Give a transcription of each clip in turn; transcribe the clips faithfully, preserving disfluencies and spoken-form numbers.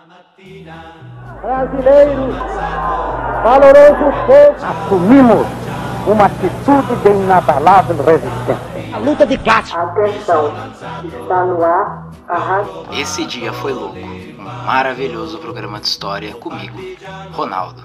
Brasileiros, valoroso povo, assumimos uma atitude de inabalável resistência. A luta de classe. Atenção, está no ar a rádio. Esse dia foi louco. Um maravilhoso programa de história comigo, Ronaldo.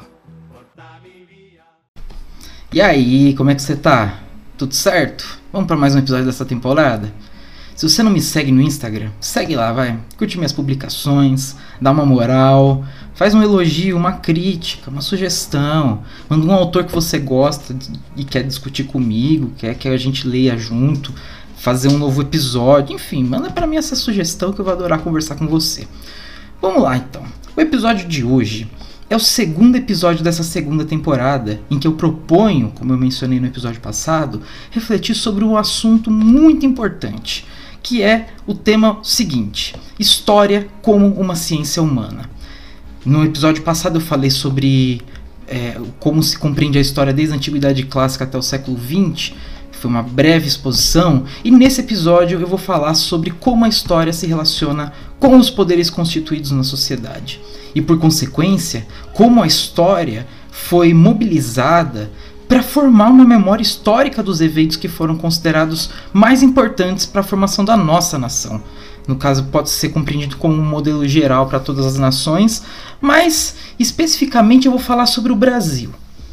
E aí, como é que você tá? Tudo certo? Vamos para mais um episódio dessa temporada? Se você não me segue no Instagram, segue lá, vai. Curte minhas publicações, dá uma moral, faz um elogio, uma crítica, uma sugestão. Manda um autor que você gosta e quer discutir comigo, quer que a gente leia junto, fazer um novo episódio. Enfim, manda para mim essa sugestão que eu vou adorar conversar com você. Vamos lá então. O episódio de hoje é o segundo episódio dessa segunda temporada, em que eu proponho, como eu mencionei no episódio passado, refletir sobre um assunto muito importante, que é o tema seguinte: história como uma ciência humana. No episódio passado eu falei sobre é, como se compreende a história desde a Antiguidade Clássica até o século vinte, foi uma breve exposição, e nesse episódio eu vou falar sobre como a história se relaciona com os poderes constituídos na sociedade. E por consequência, como a história foi mobilizada para formar uma memória histórica dos eventos que foram considerados mais importantes para a formação da nossa nação. No caso, pode ser compreendido como um modelo geral para todas as nações, mas especificamente eu vou falar sobre o Brasil.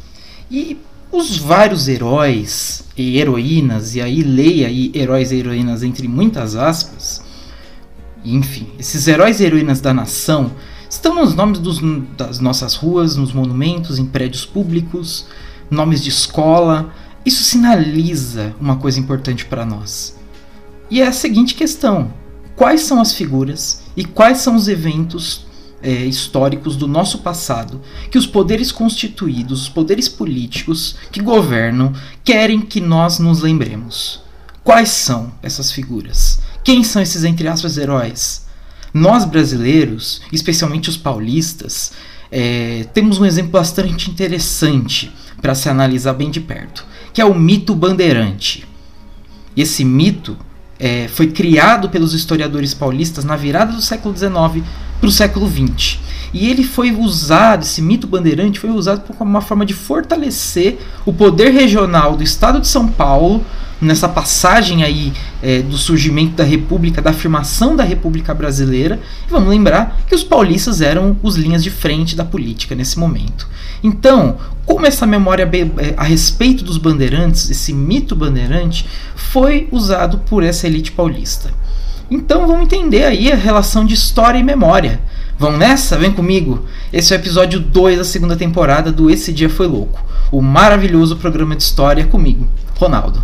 E os vários heróis e heroínas, e aí leia aí heróis e heroínas entre muitas aspas, enfim, esses heróis e heroínas da nação estão nos nomes dos, das nossas ruas, nos monumentos, em prédios públicos, nomes de escola. Isso sinaliza uma coisa importante para nós. E é a seguinte questão: quais são as figuras e quais são os eventos é, históricos do nosso passado que os poderes constituídos, os poderes políticos que governam, querem que nós nos lembremos? Quais são essas figuras? Quem são esses, entre aspas, heróis? Nós brasileiros, especialmente os paulistas, é, temos um exemplo bastante interessante para se analisar bem de perto, que é o mito bandeirante. Esse mito é, foi criado pelos historiadores paulistas na virada do século dezenove para o século vinte. E ele foi usado, esse mito bandeirante foi usado como uma forma de fortalecer o poder regional do estado de São Paulo, nessa passagem aí é, do surgimento da República, da afirmação da República Brasileira. E vamos lembrar que os paulistas eram os linhas de frente da política nesse momento. Então, como essa memória a respeito dos bandeirantes, esse mito bandeirante, foi usado por essa elite paulista. Então vamos entender aí a relação de história e memória. Vamos nessa? Vem comigo! Esse é o episódio dois da segunda temporada do Esse Dia Foi Louco, o maravilhoso programa de história comigo, Ronaldo.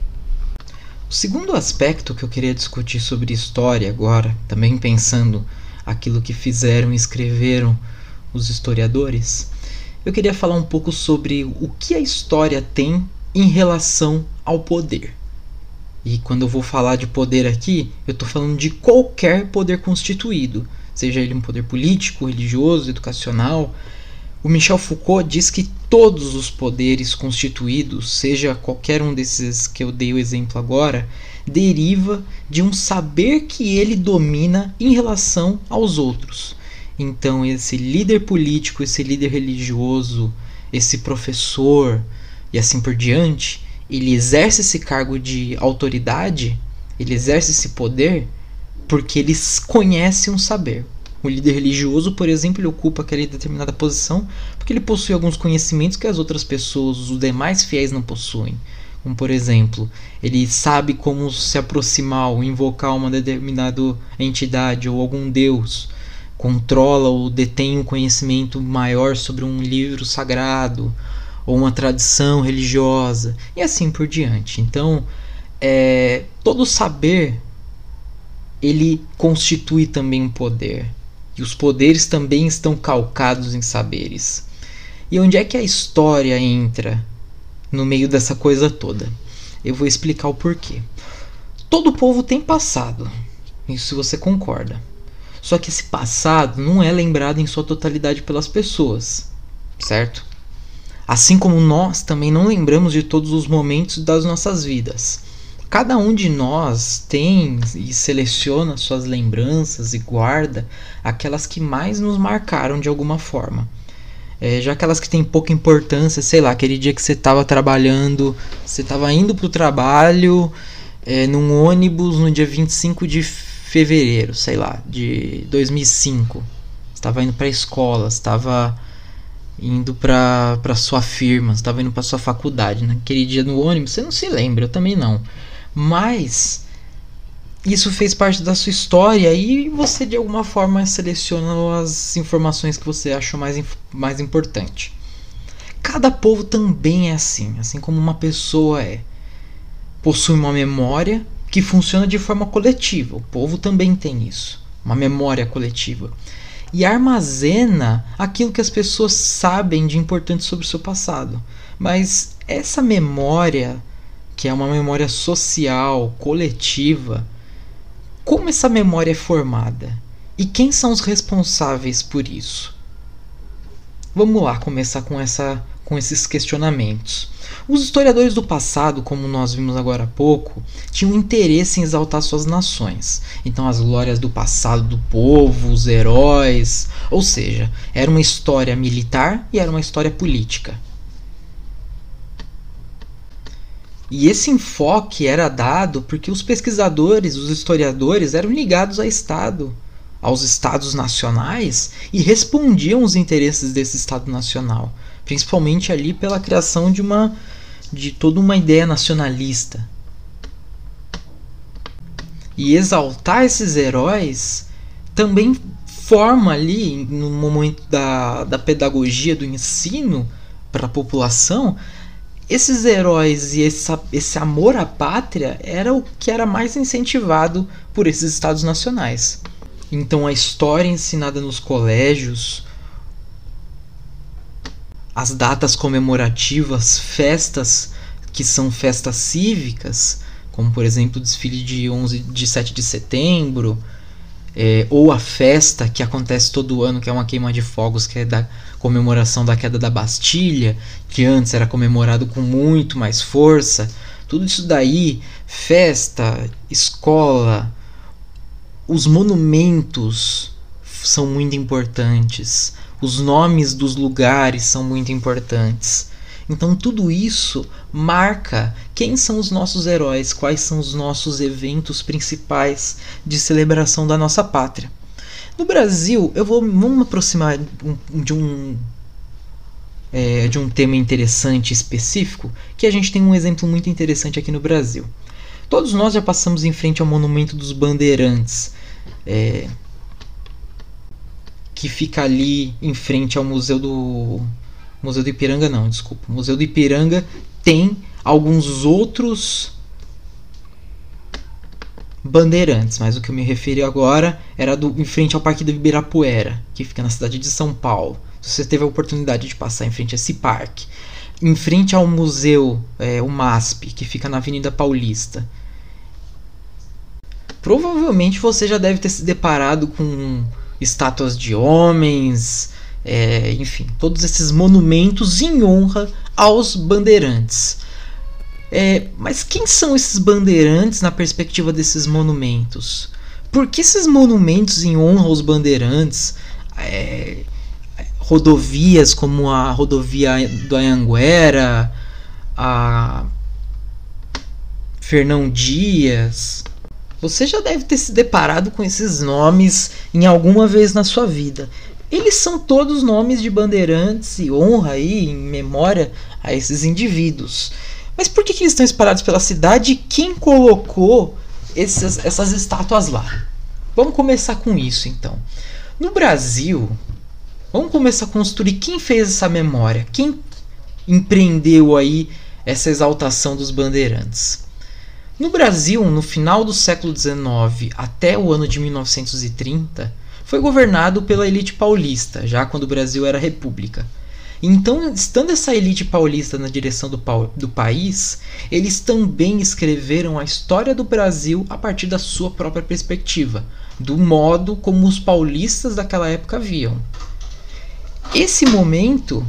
O segundo aspecto que eu queria discutir sobre história agora, também pensando aquilo que fizeram e escreveram os historiadores, eu queria falar um pouco sobre o que a história tem em relação ao poder. E quando eu vou falar de poder aqui, eu estou falando de qualquer poder constituído, seja ele um poder político, religioso, educacional. O Michel Foucault diz que todos os poderes constituídos, seja qualquer um desses que eu dei o exemplo agora, deriva de um saber que ele domina em relação aos outros. Então esse líder político, esse líder religioso, esse professor e assim por diante, ele exerce esse cargo de autoridade, ele exerce esse poder porque ele conhece um saber. O líder religioso, por exemplo, ele ocupa aquela determinada posição porque ele possui alguns conhecimentos que as outras pessoas, os demais fiéis, não possuem. Como, por exemplo, ele sabe como se aproximar ou invocar uma determinada entidade ou algum deus, controla ou detém um conhecimento maior sobre um livro sagrado ou uma tradição religiosa, e assim por diante. Então, é, todo saber, ele constitui também um poder. E os poderes também estão calcados em saberes. E onde é que a história entra no meio dessa coisa toda? Eu vou explicar o porquê. Todo povo tem passado, isso você concorda. Só que esse passado não é lembrado em sua totalidade pelas pessoas, certo? Assim como nós também não lembramos de todos os momentos das nossas vidas. Cada um de nós tem e seleciona suas lembranças e guarda aquelas que mais nos marcaram de alguma forma. É, já aquelas que têm pouca importância, sei lá, aquele dia que você estava trabalhando, você estava indo para o trabalho é, num ônibus no dia vinte e cinco de fevereiro, sei lá, de dois mil e cinco. Você estava indo para a escola, estava indo para para sua firma, estava indo para sua faculdade. Naquele dia no ônibus, você não se lembra, eu também não. Mas isso fez parte da sua história e você de alguma forma seleciona as informações que você acha mais, mais importante. Cada povo também é assim, assim como uma pessoa é. Possui uma memória que funciona de forma coletiva. O povo também tem isso, uma memória coletiva. E armazena aquilo que as pessoas sabem de importante sobre o seu passado. Mas essa memória, que é uma memória social, coletiva, como essa memória é formada? E quem são os responsáveis por isso? Vamos lá começar com, essa, com esses questionamentos. Os historiadores do passado, como nós vimos agora há pouco, tinham interesse em exaltar suas nações. Então as glórias do passado do povo, os heróis, ou seja, era uma história militar e era uma história política. E esse enfoque era dado porque os pesquisadores, os historiadores, eram ligados ao Estado, aos Estados nacionais e respondiam aos interesses desse Estado nacional, principalmente ali pela criação de uma de toda uma ideia nacionalista. E exaltar esses heróis também forma ali, no momento da, da pedagogia, do ensino para a população, esses heróis e esse, esse amor à pátria era o que era mais incentivado por esses estados nacionais. Então a história ensinada nos colégios, as datas comemorativas, festas que são festas cívicas, como por exemplo o desfile de, onze, de sete de setembro, é, ou a festa que acontece todo ano, que é uma queima de fogos, que é da comemoração da queda da Bastilha, que antes era comemorado com muito mais força. Tudo isso daí, festa, escola, os monumentos são muito importantes, os nomes dos lugares são muito importantes. Então tudo isso marca quem são os nossos heróis, quais são os nossos eventos principais de celebração da nossa pátria. No Brasil, eu vou me aproximar de um, é, de um tema interessante específico, que a gente tem um exemplo muito interessante aqui no Brasil. Todos nós já passamos em frente ao Monumento dos Bandeirantes, é, que fica ali em frente ao Museu do... Museu do Ipiranga não, desculpa. O Museu do Ipiranga tem alguns outros bandeirantes, mas o que eu me referi agora era do, em frente ao Parque do Ibirapuera, que fica na cidade de São Paulo. Se você teve a oportunidade de passar em frente a esse parque. Em frente ao museu, é, o MASP, que fica na Avenida Paulista. Provavelmente você já deve ter se deparado com estátuas de homens, é, enfim, todos esses monumentos em honra aos bandeirantes. É, mas quem são esses bandeirantes na perspectiva desses monumentos? Por que esses monumentos em honra aos bandeirantes, é, rodovias como a rodovia do Anhanguera, a Fernão Dias? Você já deve ter se deparado com esses nomes em alguma vez na sua vida. Eles são todos nomes de bandeirantes e honra aí, em memória a esses indivíduos. Mas por que, que eles estão espalhados pela cidade e quem colocou essas, essas estátuas lá? Vamos começar com isso então. No Brasil, vamos começar a construir quem fez essa memória, quem empreendeu aí essa exaltação dos bandeirantes. No Brasil, no final do século dezenove até o ano de mil novecentos e trinta, foi governado pela elite paulista, já quando o Brasil era república. Então, estando essa elite paulista na direção do, do país, eles também escreveram a história do Brasil a partir da sua própria perspectiva, do modo como os paulistas daquela época viam. Esse momento,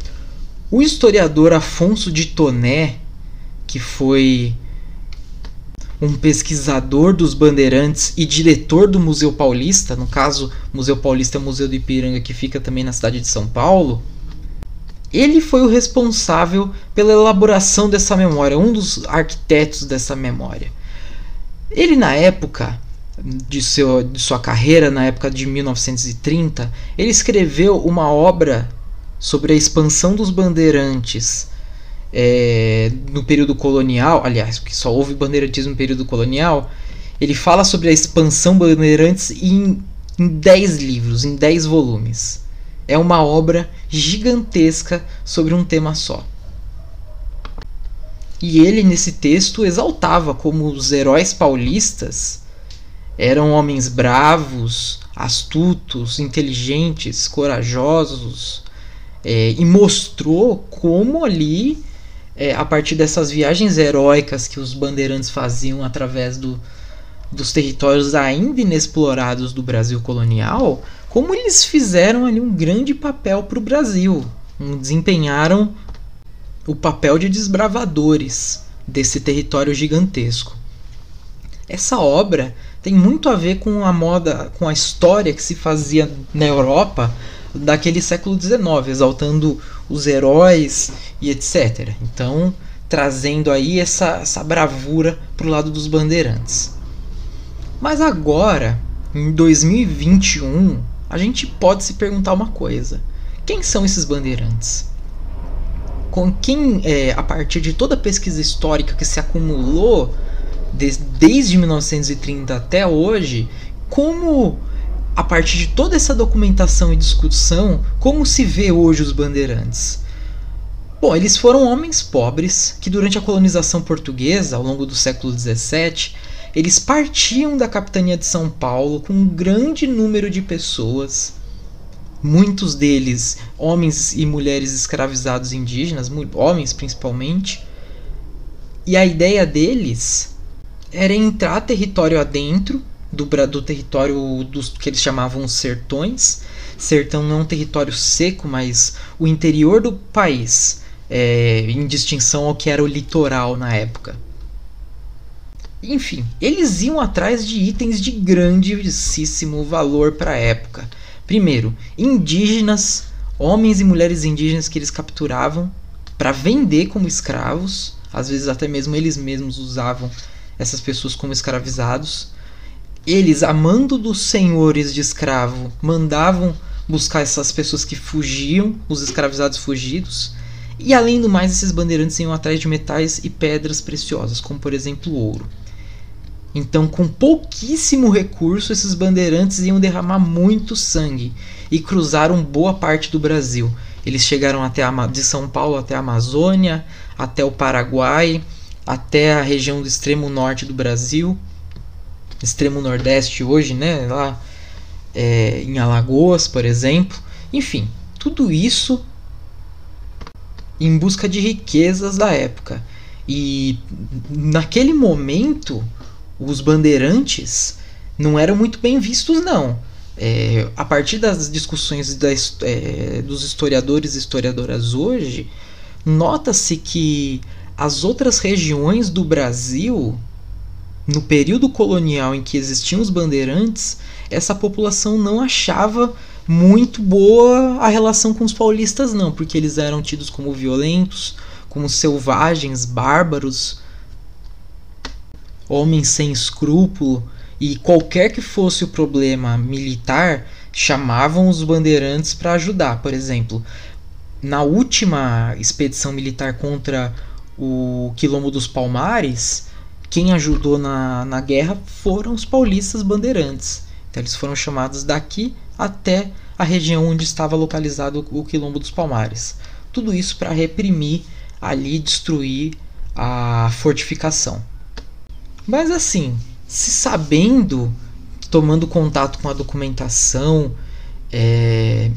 o historiador Afonso de Toné, que foi um pesquisador dos bandeirantes e diretor do Museu Paulista, no caso, Museu Paulista é o Museu do Ipiranga, que fica também na cidade de São Paulo. Ele foi o responsável pela elaboração dessa memória, um dos arquitetos dessa memória. Ele, na época de, seu, de sua carreira, na época de mil novecentos e trinta, ele escreveu uma obra sobre a expansão dos bandeirantes é, no período colonial. Aliás, porque só houve bandeirantismo no período colonial. Ele fala sobre a expansão bandeirantes em, em dez livros, em dez volumes. É uma obra gigantesca sobre um tema só. E ele, nesse texto, exaltava como os heróis paulistas eram homens bravos, astutos, inteligentes, corajosos, é, e mostrou como ali, é, a partir dessas viagens heróicas que os bandeirantes faziam através do, dos territórios ainda inexplorados do Brasil colonial, como eles fizeram ali um grande papel para o Brasil, um, desempenharam o papel de desbravadores desse território gigantesco. Essa obra tem muito a ver com a moda, com a história que se fazia na Europa daquele século dezenove, exaltando os heróis e etcétera. Então, trazendo aí essa, essa bravura para o lado dos bandeirantes. Mas agora, em dois mil e vinte e um, a gente pode se perguntar uma coisa: quem são esses bandeirantes? Com quem, é, a partir de toda a pesquisa histórica que se acumulou des, desde mil novecentos e trinta até hoje, como, a partir de toda essa documentação e discussão, como se vê hoje os bandeirantes? Bom, eles foram homens pobres que, durante a colonização portuguesa, ao longo do século dezessete, eles partiam da capitania de São Paulo com um grande número de pessoas, muitos deles homens e mulheres escravizados indígenas, homens principalmente, e a ideia deles era entrar território adentro do, do território dos que eles chamavam sertões. Sertão não é um território seco, mas o interior do país, é, em distinção ao que era o litoral na época. Enfim, eles iam atrás de itens de grandíssimo valor para a época. Primeiro, indígenas, homens e mulheres indígenas que eles capturavam para vender como escravos. Às vezes até mesmo eles mesmos usavam essas pessoas como escravizados. Eles, a mando dos senhores de escravo, mandavam buscar essas pessoas que fugiam, os escravizados fugidos. E além do mais, esses bandeirantes iam atrás de metais e pedras preciosas, como por exemplo o ouro. Então, com pouquíssimo recurso, esses bandeirantes iam derramar muito sangue e cruzaram boa parte do Brasil. Eles chegaram até a, de São Paulo até a Amazônia, até o Paraguai, até a região do extremo norte do Brasil, extremo nordeste hoje, né? Lá é, em Alagoas, por exemplo. Enfim, tudo isso em busca de riquezas da época. E naquele momento, os bandeirantes não eram muito bem vistos, não. É, a partir das discussões da, é, dos historiadores e historiadoras hoje, nota-se que as outras regiões do Brasil, no período colonial em que existiam os bandeirantes, essa população não achava muito boa a relação com os paulistas, não, porque eles eram tidos como violentos, como selvagens, bárbaros, homens sem escrúpulo, e qualquer que fosse o problema militar, chamavam os bandeirantes para ajudar. Por exemplo, na última expedição militar contra o Quilombo dos Palmares, quem ajudou na, na guerra foram os paulistas bandeirantes. Então eles foram chamados daqui até a região onde estava localizado o Quilombo dos Palmares. Tudo isso para reprimir ali, destruir a fortificação. Mas assim, se sabendo, tomando contato com a documentação, é,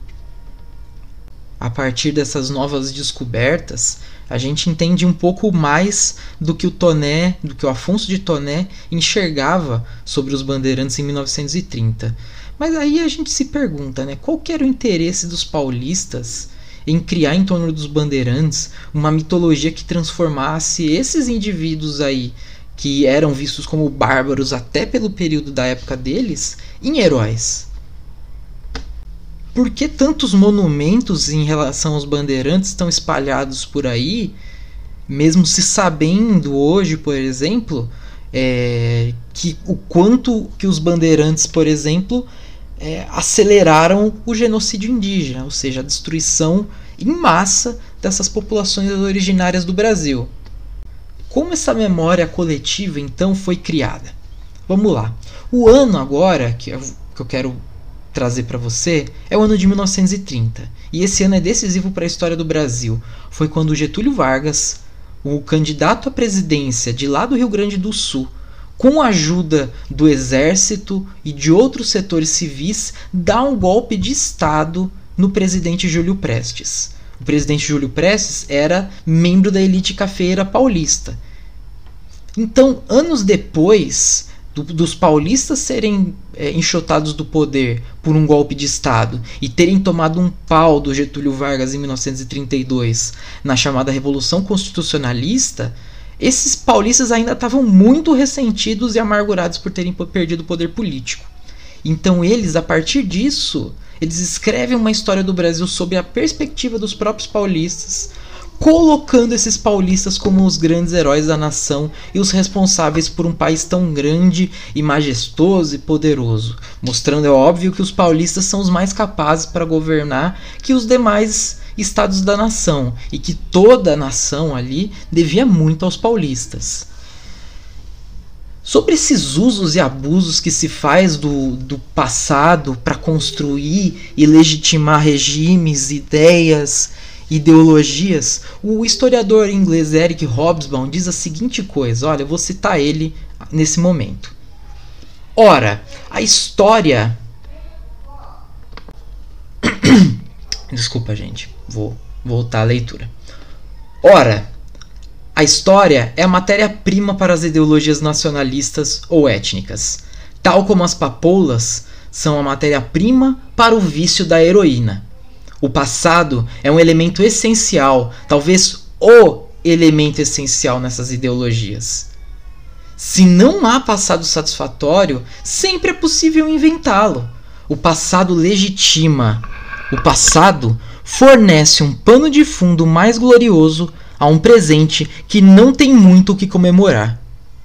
a partir dessas novas descobertas, a gente entende um pouco mais do que o Toné, do que o Afonso de Toné enxergava sobre os bandeirantes em mil novecentos e trinta. Mas aí a gente se pergunta, né, qual que era o interesse dos paulistas em criar em torno dos bandeirantes uma mitologia que transformasse esses indivíduos aí que eram vistos como bárbaros até pelo período da época deles, em heróis. Por que tantos monumentos em relação aos bandeirantes estão espalhados por aí, mesmo se sabendo hoje, por exemplo, é, que o quanto que os bandeirantes, por exemplo, é, aceleraram o genocídio indígena, ou seja, a destruição em massa dessas populações originárias do Brasil. Como essa memória coletiva, então, foi criada? Vamos lá. O ano agora que eu, que eu quero trazer para você é o ano de mil novecentos e trinta. E esse ano é decisivo para a história do Brasil. Foi quando Getúlio Vargas, o candidato à presidência de lá do Rio Grande do Sul, com a ajuda do exército e de outros setores civis, dá um golpe de Estado no presidente Júlio Prestes. O presidente Júlio Prestes era membro da elite cafeeira paulista. Então, anos depois do, dos paulistas serem é, enxotados do poder por um golpe de Estado e terem tomado um pau do Getúlio Vargas em mil novecentos e trinta e dois na chamada Revolução Constitucionalista, esses paulistas ainda estavam muito ressentidos e amargurados por terem perdido o poder político. Então eles, a partir disso, eles escrevem uma história do Brasil sob a perspectiva dos próprios paulistas, colocando esses paulistas como os grandes heróis da nação e os responsáveis por um país tão grande e majestoso e poderoso, mostrando, é óbvio, que os paulistas são os mais capazes para governar que os demais estados da nação, e que toda a nação ali devia muito aos paulistas. Sobre esses usos e abusos que se faz do, do passado para construir e legitimar regimes, ideias, ideologias, o historiador inglês Eric Hobsbawm diz a seguinte coisa, olha, eu vou citar ele nesse momento. Ora, a história... Desculpa, gente, vou voltar à leitura. Ora, a história é a matéria-prima para as ideologias nacionalistas ou étnicas, tal como as papoulas são a matéria-prima para o vício da heroína. O passado é um elemento essencial, talvez o elemento essencial nessas ideologias. Se não há passado satisfatório, sempre é possível inventá-lo. O passado legitima. O passado fornece um pano de fundo mais glorioso a um presente que não tem muito o que comemorar.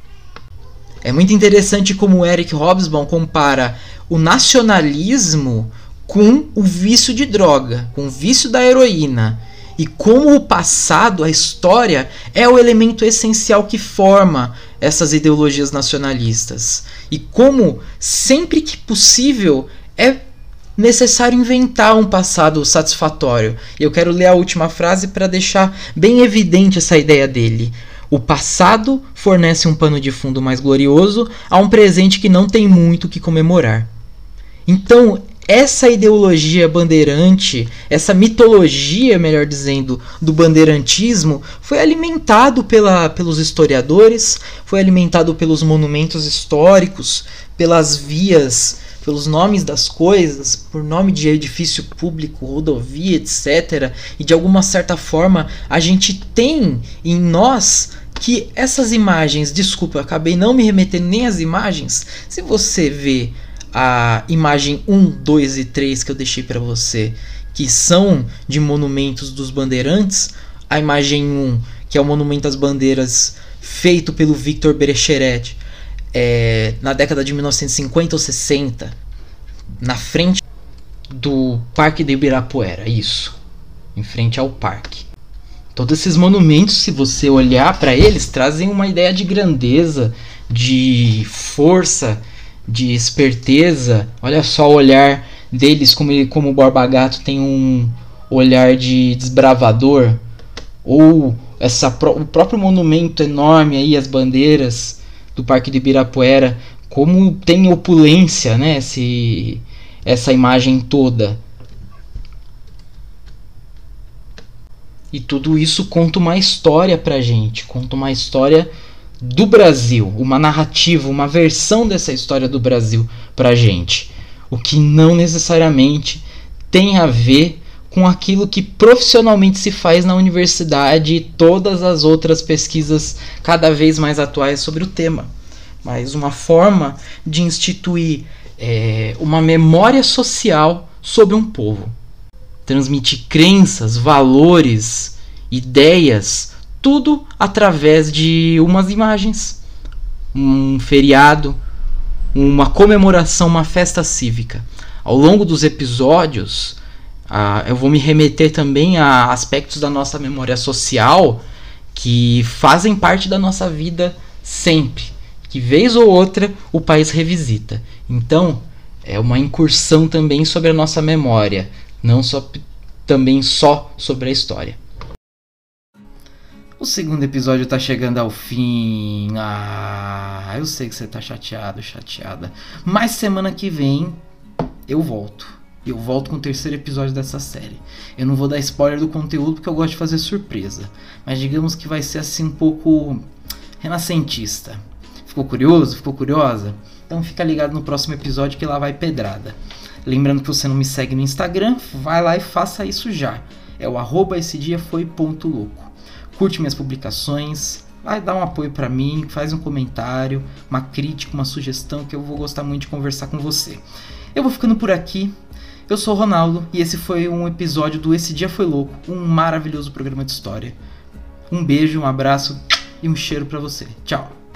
É muito interessante como Eric Hobsbawm compara o nacionalismo com o vício de droga, com o vício da heroína, e como o passado, a história, é o elemento essencial que forma essas ideologias nacionalistas, e como sempre que possível é necessário inventar um passado satisfatório. E eu quero ler a última frase para deixar bem evidente essa ideia dele. O passado fornece um pano de fundo mais glorioso a um presente que não tem muito o que comemorar. Então, essa ideologia bandeirante, essa mitologia, melhor dizendo, do bandeirantismo, foi alimentado pela, pelos historiadores, foi alimentado pelos monumentos históricos, pelas vias, pelos nomes das coisas, por nome de edifício público, rodovia, etcétera. E de alguma certa forma a gente tem em nós que essas imagens, desculpa, eu acabei não me remetendo nem às imagens. Se você vê a imagem um, dois e três que eu deixei para você, que são de monumentos dos bandeirantes, a imagem um, que é o monumento às bandeiras feito pelo Victor Berecheret, É, na década de mil novecentos e cinquenta ou sessenta, na frente do Parque do Ibirapuera, isso, em frente ao parque. Todos esses monumentos, se você olhar para eles, trazem uma ideia de grandeza, de força, de esperteza. Olha só o olhar deles, como, ele, como o Borba Gato tem um olhar de desbravador, ou essa, o próprio monumento enorme aí, as bandeiras do Parque do Ibirapuera, como tem opulência, né, esse, essa imagem toda. E tudo isso conta uma história pra gente, conta uma história do Brasil, uma narrativa, uma versão dessa história do Brasil pra gente, o que não necessariamente tem a ver com aquilo que profissionalmente se faz na universidade e todas as outras pesquisas cada vez mais atuais sobre o tema, mas uma forma de instituir é, uma memória social sobre um povo. Transmitir crenças, valores, ideias, tudo através de umas imagens, um feriado, uma comemoração, uma festa cívica. Ao longo dos episódios, ah, eu vou me remeter também a aspectos da nossa memória social que fazem parte da nossa vida sempre, que vez ou outra o país revisita. Então, é uma incursão também sobre a nossa memória, não só, também só sobre a história. O segundo episódio tá chegando ao fim. Ah, eu sei que você tá chateado, chateada. Mas semana que vem eu volto. Eu volto com o terceiro episódio dessa série. Eu não vou dar spoiler do conteúdo porque eu gosto de fazer surpresa. Mas digamos que vai ser assim um pouco renascentista. Ficou curioso? Ficou curiosa? Então fica ligado no próximo episódio que lá vai pedrada. Lembrando que você não me segue no Instagram, vai lá e faça isso já. É o arroba esse dia foi ponto louco. Curte minhas publicações, vai dar um apoio pra mim, faz um comentário, uma crítica, uma sugestão que eu vou gostar muito de conversar com você. Eu vou ficando por aqui. Eu sou o Ronaldo e esse foi um episódio do Esse Dia Foi Louco, um maravilhoso programa de história. Um beijo, um abraço e um cheiro pra você. Tchau!